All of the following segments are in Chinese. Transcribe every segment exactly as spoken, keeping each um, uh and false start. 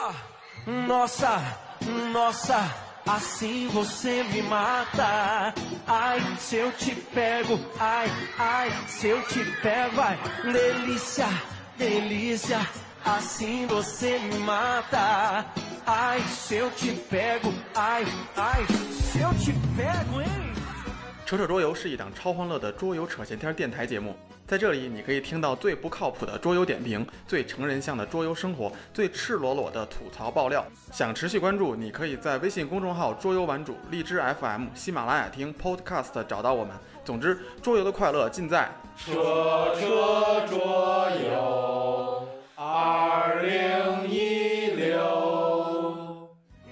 nossa, nossa, assim você me mata. Ai, se eu te pego, ai, ai, se eu te pego, ai, delícia, delícia, assim você me mata. Ai, se eu te pego, ai, ai, se eu te pego, hein？ 扯扯桌游是一档超欢乐的桌游扯闲天电台节目，在这里你可以听到最不靠谱的桌游点评，最成人向的桌游生活，最赤裸裸的吐槽爆料。想持续关注，你可以在微信公众号桌游玩主、荔枝 F M、喜马拉雅听 Podcast 找到我们。总之，桌游的快乐尽在扯扯桌游二零一六。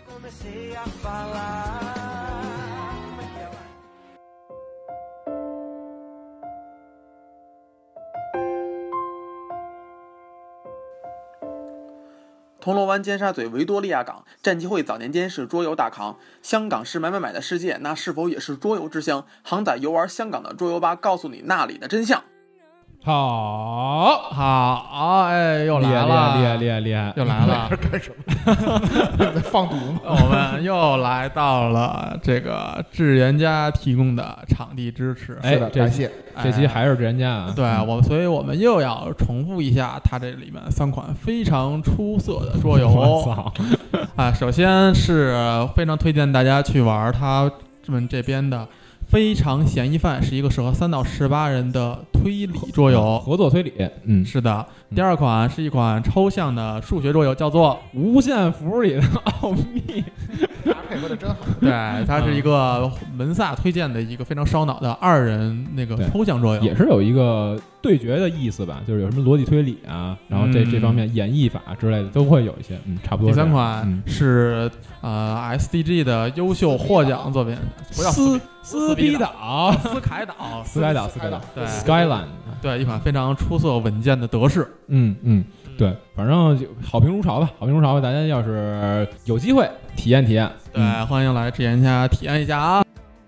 铜锣湾尖沙咀维多利亚港，战旗会早年间是桌游大扛，香港是买买买的世界，那是否也是桌游之乡？航仔游玩香港的桌游吧，告诉你那里的真相。 好好，哎，又来了， 厉害厉害厉害， 又来了， 干什么？放毒吗？ 我们又来到了这个智研家提供的场地支持， 哎， 感谢，这期还是智研家啊。 对我，所以我们又要重复一下它这里面三款非常出色的桌游。啊，首先是非常推荐大家去玩他们这边的。非常嫌疑犯是一个适合三到十八人的推理桌游， 合作推理。嗯， 是的。第二款是一款抽象的数学桌游，叫做 《无限符里的奥秘》。 大家配合的真好。 对，它是一个门萨推荐的一个非常烧脑的二人那个抽象桌游， 也是有一个对决的意思吧，就是有什么逻辑推理啊，然后这、嗯、这方面演绎法之类的都会有一些，嗯，差不多。 第三款是、嗯、呃 S D G 的优秀获奖作品，不叫斯斯比岛、 斯凯岛、 斯凯岛、斯凯岛， 对 ，Skyline， 对，一款非常出色稳健的德式。 嗯嗯，对，反正好评如潮吧，好评如潮吧，大家要是有机会体验体验， 对，嗯、欢迎来智研家体验一下啊。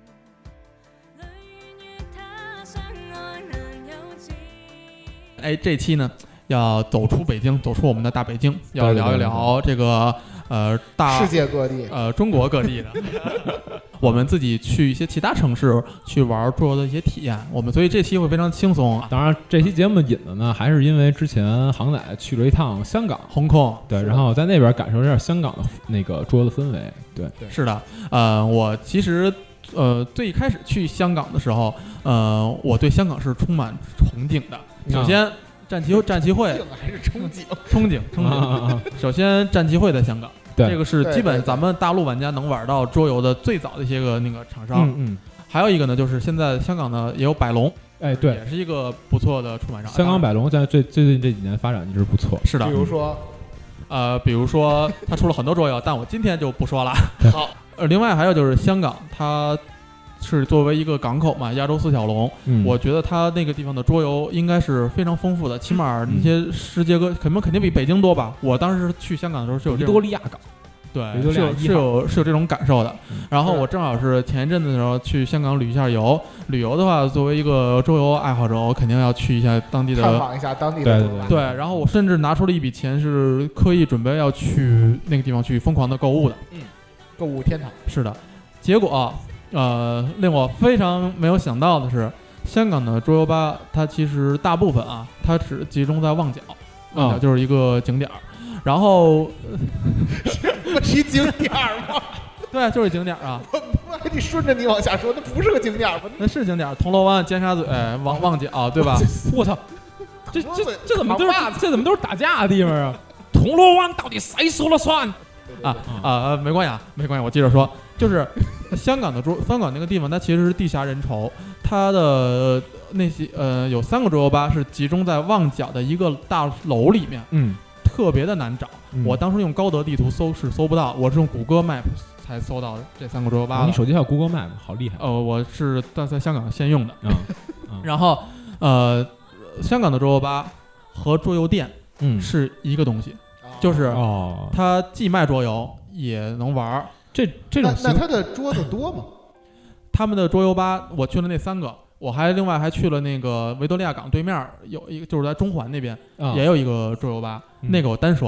哎，这期呢要走出北京，走出我们的大北京，要聊一聊这个呃大世界各地呃中国各地的，我们自己去一些其他城市去玩桌游的一些体验。我们所以这期会非常轻松啊。 当然，这期节目引的呢，还是因为之前航仔去了一趟香港、 Hong Kong， 对，然后在那边感受一下香港的那个桌游的氛围。对， 对是的，呃，我其实。呃，最开始去香港的时候，呃，我对香港是充满憧憬的。首先，啊、战旗战旗会还是憧憬， 憧憬，憧憬。啊、首先，战旗会在香港，这个是基本咱们大陆玩家能玩到桌游的最早的一些个那个厂商。 嗯嗯。 还有一个呢，就是现在香港呢也有百龙， 哎，对， 也是一个不错的出版商。 香港百龙在最最近这几年发展一直不错。 是的。 比如说， 呃，比如说他出了很多桌游，但我今天就不说了。好。呃，另外还有就是香港，它是作为一个港口嘛，亚洲四小龙，嗯、我觉得它那个地方的桌游应该是非常丰富的，起码那些世界各肯定肯定比北京多吧。我当时去香港的时候是有这种维多利亚港， 对，是有是有是有这种感受的。嗯、然后我正好是前一阵子的时候去香港旅一下游，旅游的话，作为一个桌游爱好者，我肯定要去一下当地的探访一下当地的对对对对。然后我甚至拿出了一笔钱，是刻意准备要去那个地方去疯狂的购物的。 嗯。购物天堂是的，结果呃令我非常没有想到的是，香港的桌游吧，它其实大部分啊，它只集中在旺角，旺角就是一个景点儿，哦、然后不是景点吗？ 对，就是景点啊。 我还得顺着你往下说，那不是个景点吗？ 那是景点，铜锣湾、尖沙咀、旺旺角，对吧？ 我操，这这这怎么都是这怎么都是打架的地方啊？铜锣湾到底谁说了算？ 啊啊没关系啊，没关系，我接着说，就是香港的桌，香港那个地方，它其实是地狭人稠，它的那些呃有三个桌游吧是集中在旺角的一个大楼里面， 嗯， 特别的难找。嗯、我当时用高德地图搜是搜不到，我是用谷歌 Map 才搜到这三个桌游吧、 哦。你手机还有 Google Map， 好厉害。 呃，我是在在香港现用的。 嗯，嗯然后呃，香港的桌游吧和桌游店嗯是一个东西。就是哦，它既卖桌游也能玩， 这这种那那它的桌子多吗？ 他们的桌游吧，我去了那三个，我还另外还去了那个维多利亚港对面有一个，就是在中环那边、哦、也有一个桌游吧，嗯、那个我单说，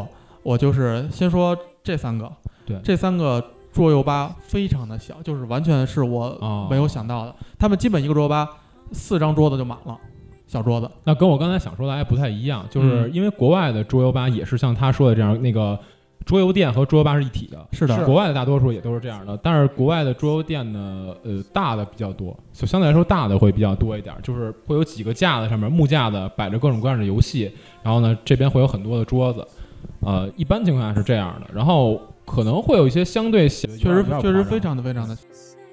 我就是先说这三个， 对， 这三个桌游吧非常的小，就是完全是我没有想到的。哦、他们基本一个桌游吧四张桌子就满了，小桌子。 那跟我刚才想说的还不太一样，就是因为国外的桌游吧也是像他说的这样，那个桌游店和桌游吧是一体的。 是的， 国外的大多数也都是这样的，但是国外的桌游店呢，呃，大的比较多，就相对来说大的会比较多一点，就是会有几个架子上面木架的摆着各种各样的游戏，然后呢这边会有很多的桌子，呃，一般情况下是这样的，然后可能会有一些相对小， 确实确实非常的非常的。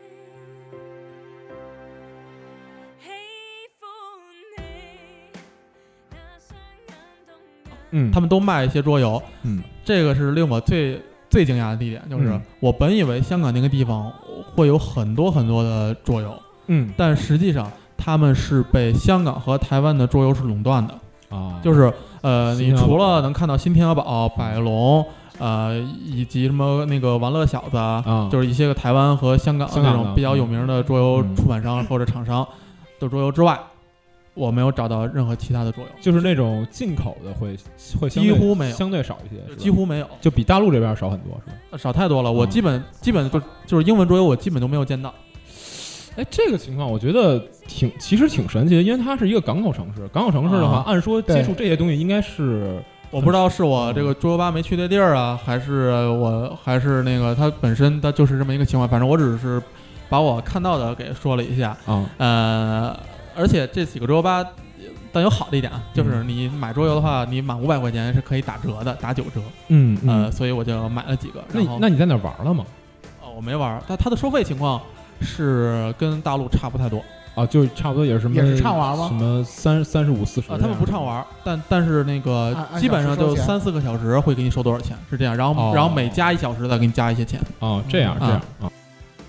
嗯， 他们都卖一些桌游， 嗯， 这个是令我最最惊讶的地点，就是、嗯、我本以为香港那个地方会有很多很多的桌游， 嗯， 但实际上他们是被香港和台湾的桌游是垄断的啊， 就是呃，你除了能看到新天鹅堡、百龙，呃，以及什么那个玩乐小子， 啊， 就是一些个台湾和香港那种比较有名的桌游出版商或者厂商的桌游之外。我没有找到任何其他的桌游， 就是那种进口的会会几乎没有， 相对少一些， 几乎没有， 就比大陆这边少很多，是吧？ 少太多了，我基本、嗯、基本就就是英文桌游，我基本都没有见到。 哎，这个情况我觉得挺其实挺神奇的，因为它是一个港口城市，港口城市的话，啊、按说接触这些东西应该是， 我不知道是我这个桌游吧没去对地儿啊，还是我还是那个它本身它就是这么一个情况，反正我只是把我看到的给说了一下， 啊， 呃。而且这几个桌游吧，但有好的一点啊，就是你买桌游的话，你满五百块钱是可以打折的，打九折。 嗯， 呃，所以我就买了几个。 那那你在那玩了吗？ 哦，我没玩，但它的收费情况是跟大陆差不太多。 啊，就差不多也是什么？ 也是畅玩吗？ 什么三三十五、四十？ 啊，他们不畅玩，但但是那个基本上就三四个小时会给你收多少钱，是这样。然后、 哦、 然后每加一小时再给你加一些钱。 哦，这样这样啊。啊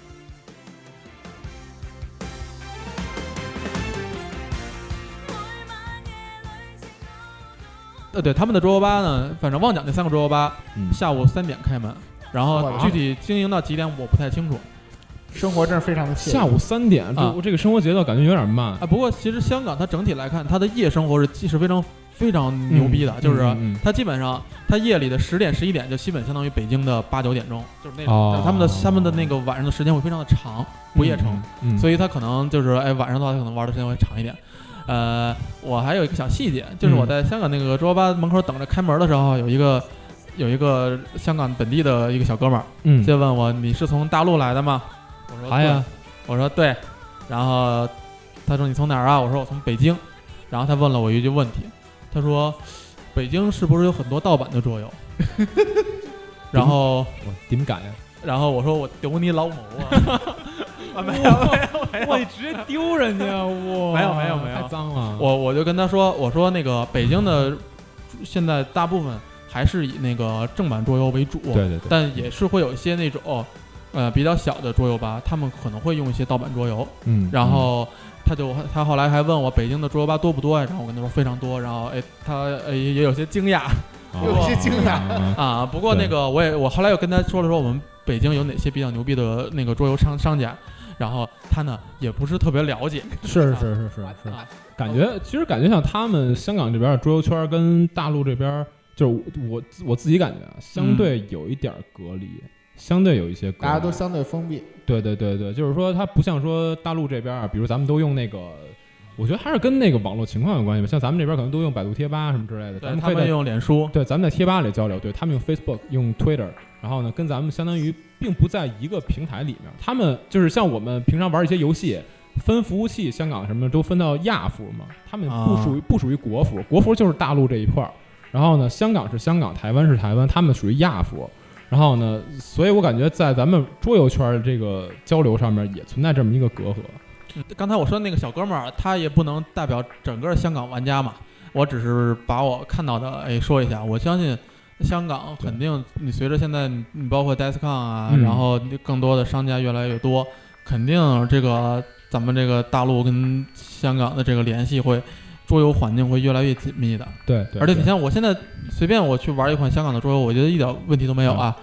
呃，对，他们的桌游吧呢，反正旺角那三个桌游吧、 嗯， 下午三点开门，然后具体经营到几点我不太清楚。 生活真是非常的下午三点， 啊， 这个生活节奏感觉有点慢啊。不过其实香港它整体来看，它的夜生活是是非常非常牛逼的， 嗯、 就是嗯、 它基本上它夜里的十点十一点就基本相当于北京的八九点钟，就是那种、 哦、 他们的他们的那个晚上的时间会非常的长，不夜城， 嗯嗯、 所以它可能就是哎晚上的话，它可能玩的时间会长一点。呃，我还有一个小细节，就是我在香港那个桌游吧门口等着开门的时候，有一个有一个香港本地的一个小哥们儿， 嗯， 就问我你是从大陆来的吗？我说对呀， 我说对，然后他说你从哪儿啊？我说我从北京，然后他问了我一句问题，他说北京是不是有很多盗版的桌游？然后我点解呀？ 然后我说我丢你老母啊！啊，没有没有没有， 我直接丢人家，哇！ 没有没有没有， 太脏了。 我我就跟他说，我说那个北京的现在大部分还是以那个正版桌游为主， 对对对， 但也是会有一些那种呃比较小的桌游吧，他们可能会用一些盗版桌游， 嗯， 然后他就他后来还问我北京的桌游吧多不多呀？然后我跟他说非常多，然后哎他呃也有些惊讶， 有些惊讶啊。不过那个我也我后来又跟他说了说我们北京有哪些比较牛逼的那个桌游商商家。然后他呢也不是特别了解， 是是是是是，啊、感觉其实感觉像他们香港这边的桌游圈跟大陆这边，就是我我自己感觉啊，相对有一点隔离，嗯、相对有一些隔离， 大家都相对封闭。 对对对对，就是说它不像说大陆这边啊，比如咱们都用那个。我觉得还是跟那个网络情况有关系吧，像咱们这边可能都用百度贴吧什么之类的，咱们他们用脸书， 对，咱们在贴吧里交流，对他们用 Facebook 用 Twitter， 然后呢跟咱们相当于并不在一个平台里面，他们就是像我们平常玩一些游戏，分服务器，香港什么都分到亚服嘛，他们不属于、啊、不属于国服，国服就是大陆这一块儿，然后呢香港是香港，台湾是台湾，他们属于亚服，然后呢，所以我感觉在咱们桌游圈的这个交流上面也存在这么一个隔阂。 刚才我说的那个小哥们儿，他也不能代表整个香港玩家嘛，我只是把我看到的哎说一下。我相信香港肯定，你随着现在你包括 DESCON 啊、嗯，然后更多的商家越来越多，肯定这个咱们这个大陆跟香港的这个联系会桌游环境会越来越紧密的。 对，对， 而且你像我现在随便我去玩一款香港的桌游，我觉得一点问题都没有啊。嗯，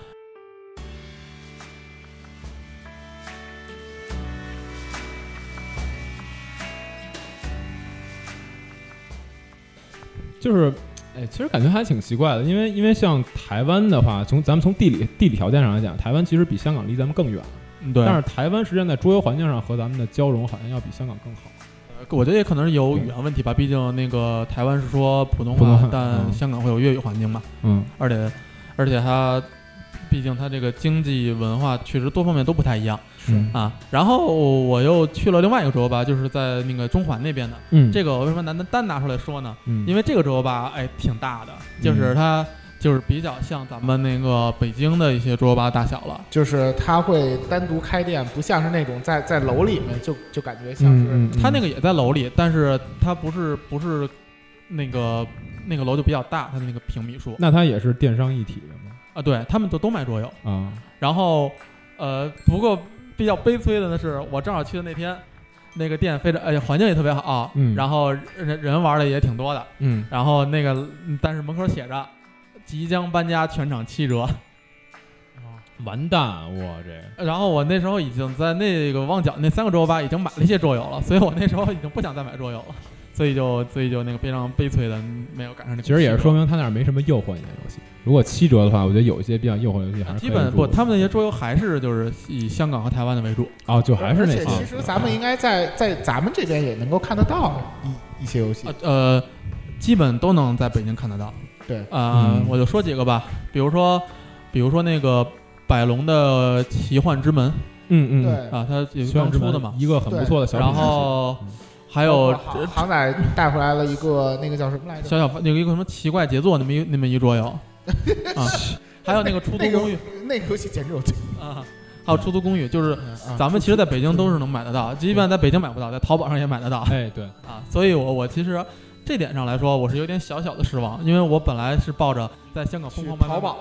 就是， 哎，其实感觉还挺奇怪的，因为因为像台湾的话，从咱们从地理地理条件上来讲，台湾其实比香港离咱们更远， 对。 但是台湾实际上在桌游环境上和咱们的交融好像要比香港更好。 我觉得也可能是有语言问题吧，毕竟那个台湾是说普通话， 话但香港会有粤语环境嘛， 嗯， 而且而且它毕竟它这个经济文化确实多方面都不太一样， 嗯啊。然后我又去了另外一个桌游吧，就是在那个中环那边的， 嗯， 这个我为什么单单拿出来说呢？ 嗯， 因为这个桌游吧，哎，挺大的，就是它。就是比较像咱们那个北京的一些桌游吧大小了， 就是它会单独开店，不像是那种在在楼里面就就感觉像是、 嗯嗯嗯、 它那个也在楼里，但是它不是不是那个那个楼就比较大，它的那个平米数。 那它也是电商一体的吗？ 啊，对，他们都都卖桌游啊。 然后呃，不过比较悲催的呢是，我正好去的那天，那个店非常呃环境也特别好、啊， 嗯， 然后人人玩的也挺多的， 嗯， 然后那个但是门口写着。即将搬家，全场七折， 完蛋！我这， 然后我那时候已经在那个旺角那三个桌游吧已经买了一些桌游了，所以我那时候已经不想再买桌游了，所以就所以就那个非常悲催的没有赶上那个。 其实也是说明他那儿没什么诱惑你的游戏。如果七折的话，我觉得有一些比较诱惑的游戏还是基本不，他们那些桌游还是就是以香港和台湾的为主。 哦，就还是那些。 而且其实咱们应该在在咱们这边也能够看得到一一些游戏。 呃，基本都能在北京看得到。 对， 呃、 嗯， 我就说几个吧，比如说，比如说那个百龙的奇幻之门， 嗯嗯， 对啊，它也刚出的嘛， 一个很不错的小， 然后还有航仔带回来了一个那个叫什么来着？ 小小那个一个什么奇怪杰作那么一那么一桌游，啊，还有那个出租公寓， 那个、那个游戏简直有劲啊，还有出租公寓，就是咱们其实在北京都是能买得到，基本上在北京买不到，在淘宝上也买得到， 哎，对啊，所以我我其实。这点上来说，我是有点小小的失望，因为我本来是抱着在香港疯狂买淘宝。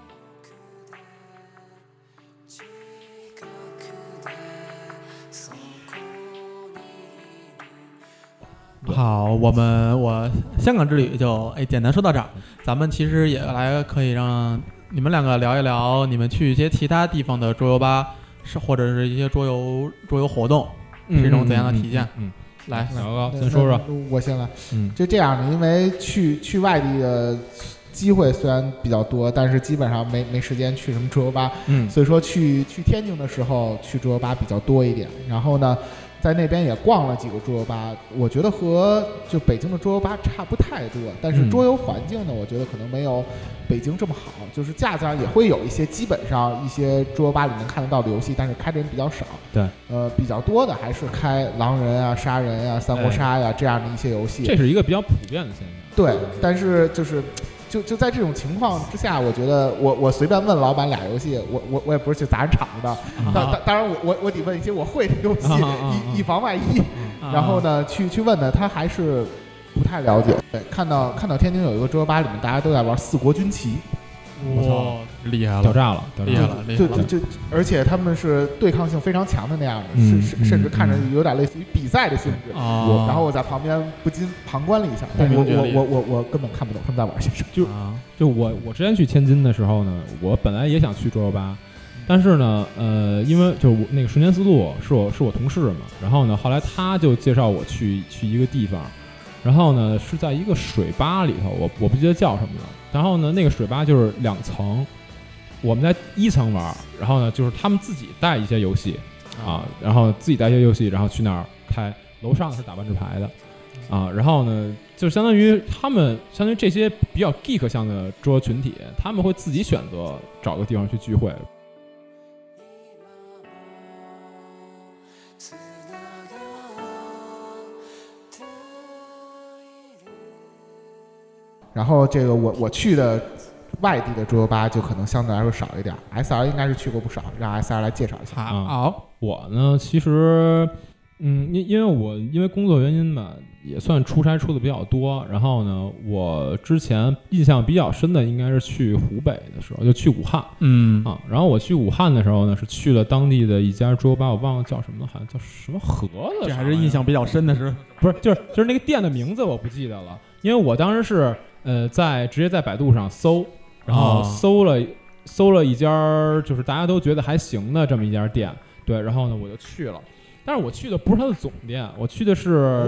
好，我们我香港之旅就哎简单说到这儿，咱们其实也来可以让你们两个聊一聊你们去一些其他地方的桌游吧，是或者是一些桌游桌游活动是一种怎样的体验？ 嗯。嗯嗯来， 小高先说说。 我先来。 嗯， 就这样的，因为去去外地的机会虽然比较多，但是基本上没没时间去什么桌游吧。 嗯， 所以说去去天津的时候去桌游吧比较多一点。然后呢，在那边也逛了几个桌游吧，我觉得和就北京的桌游吧差不太多，但是桌游环境呢，我觉得可能没有北京这么好，就是架子上也会有一些基本上一些桌游吧里能看得到的游戏，但是开的人比较少。 对， 呃，比较多的还是开狼人啊、杀人啊、三国杀呀、啊、这样的一些游戏。 这是一个比较普遍的现象。 对，但是就是就就在这种情况之下，我觉得我我随便问老板俩游戏，我我我也不是去砸人场子的， 啊、 当当当然我我我得问一些我会的游戏， 啊啊、 以以防万一。 啊、 然后呢，去去问呢，他还是不太了解。对，看到看到天津有一个桌游吧，里面大家都在玩四国军旗。 哇、哦，厉害了， 屌炸了， 厉害了，厉害了！ 就就就，而且他们是对抗性非常强的那样的， 嗯、 是甚至看着有点类似于比赛的性质。 啊、 我然后我在旁边不禁旁观了一下，但是我我我我我根本看不懂他们在玩些什么。 就、啊、就我我之前去天津的时候呢，我本来也想去桌游吧，但是呢，呃，因为就那个瞬间思路是我是我同事嘛，然后呢，后来他就介绍我去去一个地方。然后呢，是在一个水吧里头，我我不记得叫什么了。然后呢，那个水吧就是两层，我们在一层玩，然后呢，就是他们自己带一些游戏啊，然后自己带一些游戏，然后去那儿开。楼上是打万智牌的啊，然后呢，就相当于他们，相当于这些比较 geek 向的桌游群体，他们会自己选择找个地方去聚会。 然后这个我我去的外地的桌游吧就可能相对来说少一点 ，S R 应该是去过不少，让 S R 来介绍一下。 好、嗯， 我呢其实，嗯，因因为我因为工作原因吧，也算出差出的比较多。然后呢，我之前印象比较深的应该是去湖北的时候，就去武汉， 嗯啊，然后我去武汉的时候呢，是去了当地的一家桌游吧，我忘了叫什么了，好像叫什么盒子， 这还是印象比较深的是， 不是就是就是那个店的名字我不记得了，因为我当时是。呃，在直接在百度上搜，然后搜了、哦、搜了一家就是大家都觉得还行的这么一家店，对，然后呢我就去了，但是我去的不是它的总店，我去的是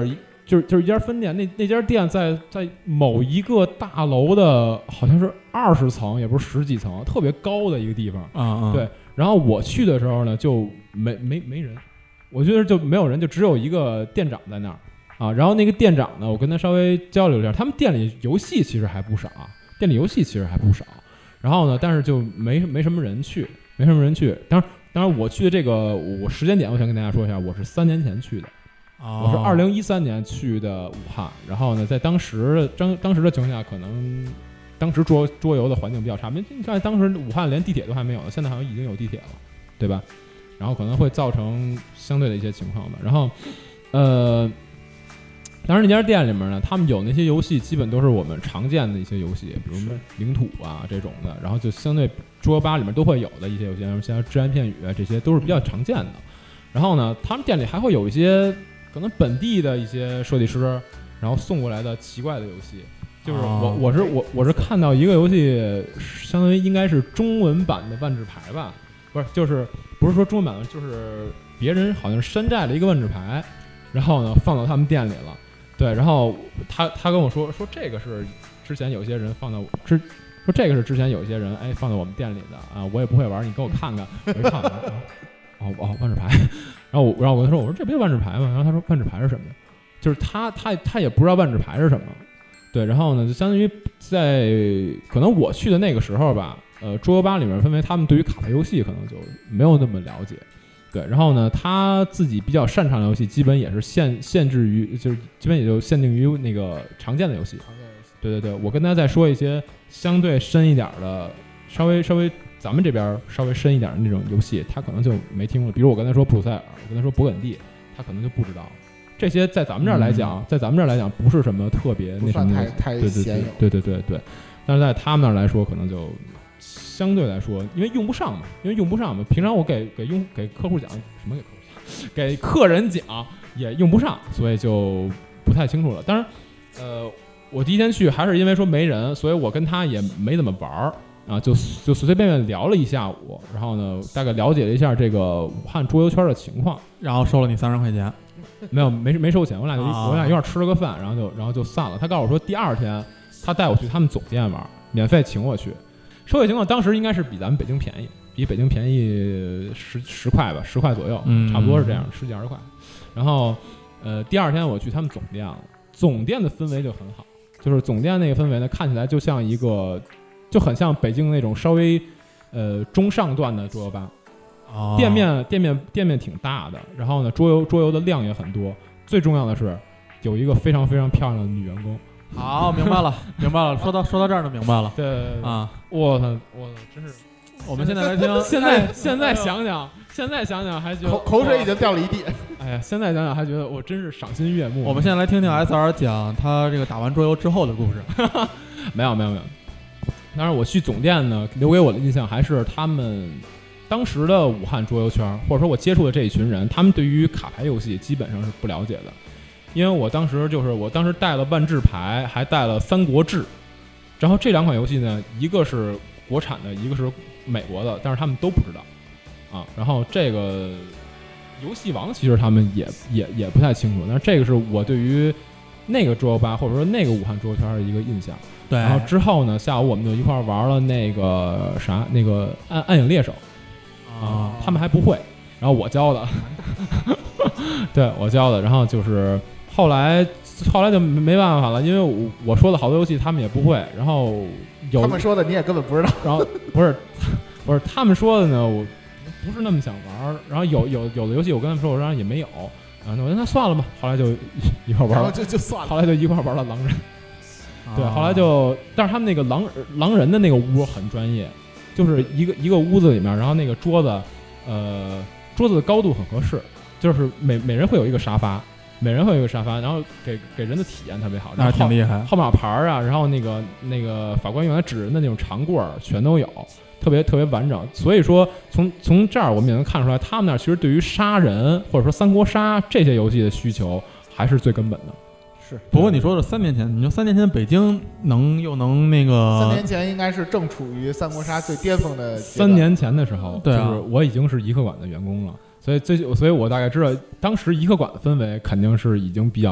就是就是一家分店，那那家店在在某一个大楼的好像是二十层，也不是十几层，特别高的一个地方啊、嗯。 对，然后我去的时候呢，就没没没人，我觉得就没有人，就只有一个店长在那儿啊。然后那个店长呢，我跟他稍微交流一下，他们店里游戏其实还不少，店里游戏其实还不少。然后呢，但是就没没什么人去，没什么人去。当然，当然我去的这个我时间点，我想跟大家说一下，我是三年前去的。 哦、 我是二零一三年去的武汉，然后呢，在当时当当时的情况下，可能当时桌桌游的环境比较差，因为你看当时武汉连地铁都还没有，现在好像已经有地铁了，对吧？然后可能会造成相对的一些情况吧。然后，呃，当时那家店里面呢，他们有那些游戏，基本都是我们常见的一些游戏，比如什么领土啊这种的，然后就相对桌游吧里面都会有的一些游戏，像只言片语这些都是比较常见的。然后呢，他们店里还会有一些可能本地的一些设计师，然后送过来的奇怪的游戏，就是我我是我我是看到一个游戏，相当于应该是中文版的万智牌吧，不是，就是不是说中文版的，就是别人好像山寨了一个万智牌，然后呢放到他们店里了，对，然后他他跟我说说这个是之前有些人放到之说这个是之前有些人哎放到我们店里的啊，我也不会玩，你给我看看，我一看。哦哦，万智牌，然后我然后我跟他说，我说这不是万智牌吗？然后他说万智牌是什么呀？就是他他他也不知道万智牌是什么，对，然后呢，就相当于在可能我去的那个时候吧，呃，桌游吧里面分为他们对于卡牌游戏可能就没有那么了解，对，然后呢，他自己比较擅长的游戏基本也是限限制于，就是基本也就限定于那个常见的游戏，对对对，我跟他再说一些相对深一点的，稍微稍微。咱们这边稍微深一点的那种游戏，他可能就没听过。比如我跟他说普鲁塞尔，我跟他说勃艮第，他可能就不知道。这些在咱们这儿来讲，嗯、在咱们这儿来讲不是什么特别那什么， 太对对对对对对对。但是在他们那儿来说，可能就相对来说，因为用不上嘛，因为用不上嘛。平常我给给用给客户讲什么给客户讲，给客人讲也用不上，所以就不太清楚了。当然，呃，我第一天去还是因为说没人，所以我跟他也没怎么玩儿。啊，就就随随便便聊了一下午，然后呢，大概了解了一下这个武汉桌游圈的情况， 然后收了你三十块钱， 没有，没没收钱，我俩就、啊、我俩一块吃了个饭，然后就然后就散了。他告诉我说，第二天他带我去他们总店玩，免费请我去，收费情况当时应该是比咱们北京便宜，比北京便宜十十块吧，十块左右， 嗯， 差不多是这样，十几二十块。然后呃，第二天我去他们总店了，总店的氛围就很好，就是总店那个氛围呢，看起来就像一个。就很像北京那种稍微，呃中上段的桌游吧， 哦、 店面店面店面挺大的，然后呢桌游桌游的量也很多，最重要的是有一个非常非常漂亮的女员工。 好，明白了，明白了。说到说到这儿就明白了。 对啊， 我操我操，真是！ 我们现在来听， 现在现在想想，现在想想还觉得口口水已经掉了一地。 哎呀，现在想想还觉得我真是赏心悦目。 我们现在来听听 S R 讲他这个打完桌游之后的故事。 没有没有没有。当然，我去总店呢，留给我的印象还是他们当时的武汉桌游圈，或者说我接触的这一群人，他们对于卡牌游戏基本上是不了解的。因为我当时就是我当时带了万智牌，还带了三国志，然后这两款游戏呢，一个是国产的，一个是美国的，但是他们都不知道啊。然后这个游戏王其实他们也也也不太清楚，但是这个是我对于那个桌游吧，或者说那个武汉桌游圈的一个印象。 对， 然后之后呢，下午我们就一块玩了那个啥，那个暗暗影猎手啊，他们还不会，然后我教的，对我教的，然后就是后来后来就没办法了，因为我我说的好多游戏他们也不会，然后有他们说的你也根本不知道， 然后不是不是他们说的呢，我不是那么想玩，然后有有有的游戏我跟他们说，我说也没有，然后那那算了吧，后来就一块玩了， 就就算了， 后来就一块玩了狼人。对，后来就，但是他们那个狼狼人的那个屋很专业，就是一个一个屋子里面，然后那个桌子，呃，桌子的高度很合适，就是每每人会有一个沙发，每人会有一个沙发，然后给给人的体验特别好， 那挺厉害。 号码牌啊，然后那个那个法官用来指人的那种长棍儿全都有，特别特别完整。所以说从从这儿我们也能看出来，他们那儿其实对于杀人或者说三国杀这些游戏的需求还是最根本的。 是， 不过你说的三年前，你说三年前北京能又能那个， 三年前应该是正处于三国杀最巅峰的。 三年前的时候， 对啊， 就是我已经是颐和馆的员工了，所以最所以我大概知道当时颐和馆的氛围肯定是已经比较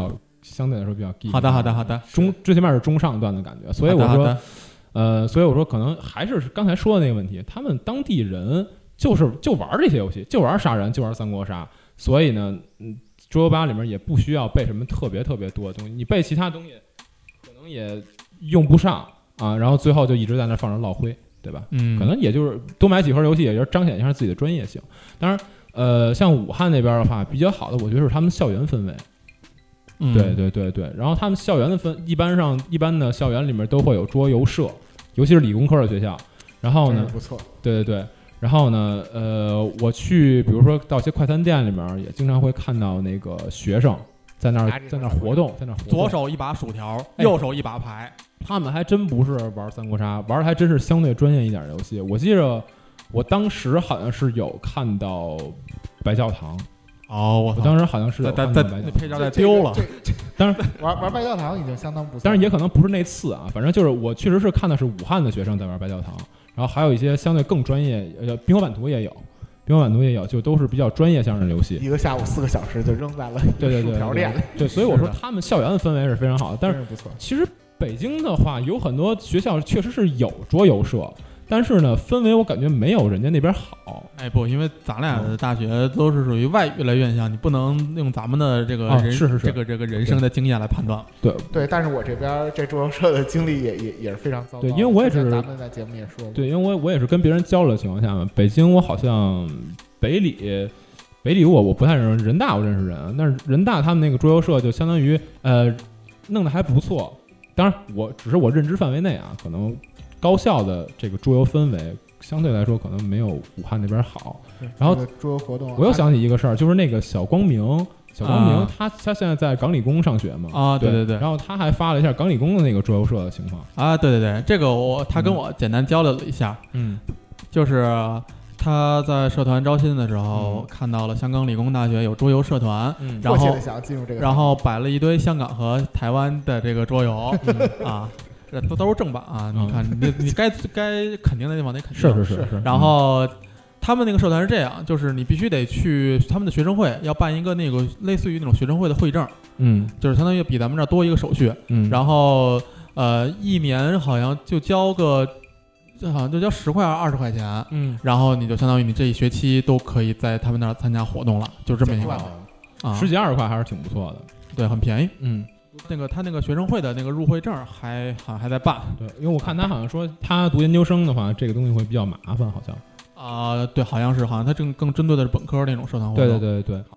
相对来说比较 geek。 好的，好的，好的。 中最起码是中上段的感觉，所以我说，呃，所以我说可能还是刚才说的那个问题，他们当地人就是就玩这些游戏，就玩杀人，就玩三国杀，所以呢，嗯，桌游吧里面也不需要背什么特别特别多的东西，你背其他东西可能也用不上啊，然后最后就一直在那放着落灰，对吧？ 嗯， 可能也就是多买几盒游戏，也就是彰显一下自己的专业性。当然，呃，像武汉那边的话，比较好的，我觉得是他们校园氛围。 嗯、 对对对对，然后他们校园的分，一般上一般的校园里面都会有桌游社，尤其是理工科的学校。然后呢， 不错， 对对对，然后呢，呃，我去，比如说到一些快餐店里面，也经常会看到那个学生在那儿在那儿活动，在那儿活动， 左手一把薯条，右手一把牌。 他们还真不是玩三国杀，玩的还真是相对专业一点的游戏。我记着，我当时好像是有看到白教堂。 哦，我我当时好像是有在在那配件在丢了， 当然玩玩白教堂已经相当不错， 当然也可能不是那次啊，反正就是我确实是看的是武汉的学生在玩白教堂，然后还有一些相对更专业，呃，冰火版图也有，冰火版图也有，就都是比较专业向的游戏。 一个下午四个小时就扔在了对对对薯条店里， 对，所以我说他们校园的氛围是非常好的，但是不错。 其实北京的话，有很多学校确实是有桌游社。但是呢，氛围我感觉没有人家那边好。 哎，不，因为咱俩的大学都是属于外语类院校，你不能用咱们的这个人、 哦、是是是这个这个人生的经验来判断。 对对，但是我这边这桌游社的经历也也也是非常糟糕。 对，因为我也是咱们在节目也说过。 对，因为我我也是跟别人交流的情况下嘛，北京我好像北理北理我我不太认识，人大我认识人，但是人大他们那个桌游社就相当于呃弄得还不错。当然，我只是我认知范围内啊，可能高校的这个桌游氛围。相对来说可能没有武汉那边好，然后桌游活动， 我又想起一个事儿，就是那个小光明，小光明、啊、他他现在在港理工上学嘛， 啊，对对对， 然后他还发了一下港理工的那个桌游社的情况， 啊，对对对，这个我他跟我简单交流了一下， 嗯， 就是他在社团招新的时候、嗯、看到了香港理工大学有桌游社团， 嗯、 然后想进入这个， 然后摆了一堆香港和台湾的这个桌游，嗯、啊。这都都是正版啊！你看，你你该该肯定的地方得肯定。 是是是是。 然后他们那个社团是这样，就是你必须得去他们的学生会，要办一个那个类似于那种学生会的会证， 嗯， 就是相当于比咱们这儿多一个手续， 嗯。 然后呃，一年好像就交个，好像就交十块还是二十块钱， 嗯。 然后你就相当于你这一学期都可以在他们那儿参加活动了，就这么一个啊，十几二十块还是挺不错的， 对，很便宜， 嗯。 那个他那个学生会的那个入会证还好像还在办， 对，因为我看他好像说他读研究生的话，这个东西会比较麻烦，好像啊、呃，对，好像是，好像他更更针对的是本科那种社团活动。 对对对对。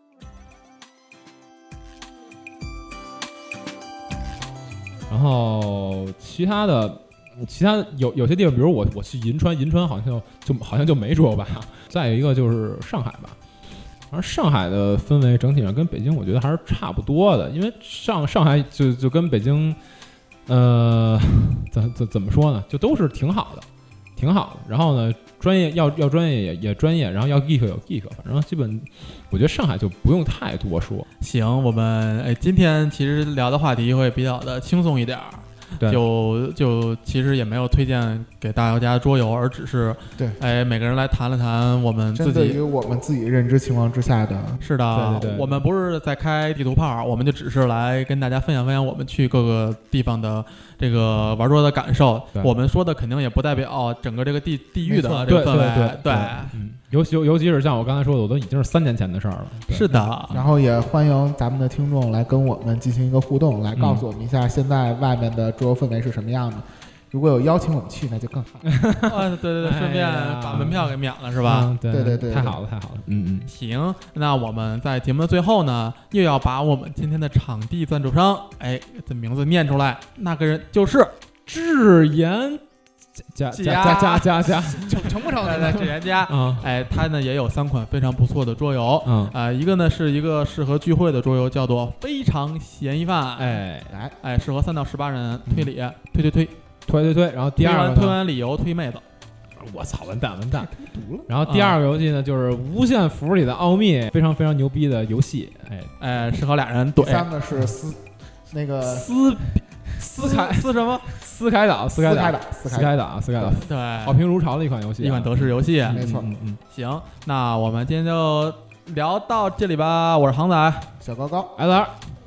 然后其他的，其他有有些地方，比如我我去银川，银川好像就就好像就没桌游吧。再有一个就是上海吧。而上海的氛围整体上跟北京我觉得还是差不多的，因为上上海就就跟北京，呃，怎怎怎么说呢，就都是挺好的，挺好的。然后呢，专业要要专业也也专业，然后要 geek 有 geek， 反正基本我觉得上海就不用太多说。 行，我们哎今天其实聊的话题会比较的轻松一点儿。就就其实也没有推荐给大家桌游，而只是对， 哎，每个人来谈了谈我们自己， 针对于我们自己认知情况之下的。 是的， 对对对， 我们不是在开地图炮，我们就只是来跟大家分享分享我们去各个地方的这个玩桌的感受。我们说的肯定也不代表整个这个地地域的这个氛围， 对对对， 嗯，尤其尤其是像我刚才说的，我都已经是三年前的事儿了。 是的， 然后也欢迎咱们的听众来跟我们进行一个互动，来告诉我们一下现在外面的桌游氛围是什么样的。如果有邀请我们去，那就更好。 啊，对对对，顺便把门票给免了，是吧？ 嗯、对对对对， 太好了，太好了。嗯嗯， 行，那我们在节目的最后呢，又要把我们今天的场地赞助商，哎，的名字念出来，那个人就是智妍加加加加加加， 成成不成？ 对对，智妍家， 嗯， 哎，他呢也有三款非常不错的桌游， 嗯， 啊、呃，一个呢是一个适合聚会的桌游，叫做《非常嫌疑犯》， 哎， 来， 哎，适合三到十八人推理，嗯、推推推。 推推推，然后第二个推完理由推妹子， 我操，完蛋完蛋！然后第二个游戏呢，就是无限服里的奥秘，非常非常牛逼的游戏，哎哎，适合俩人怼。 第三个是斯那个斯斯凯斯什么？ 斯凯岛，斯凯岛， 斯凯岛，斯凯岛， 对， 好评如潮的一款游戏， 一款德式游戏， 没错。 嗯嗯， 行，那我们今天就聊到这里吧。我是航仔， 小高高， 艾德。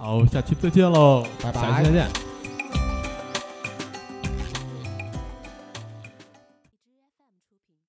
好，下期再见喽， 拜拜， 下期再见。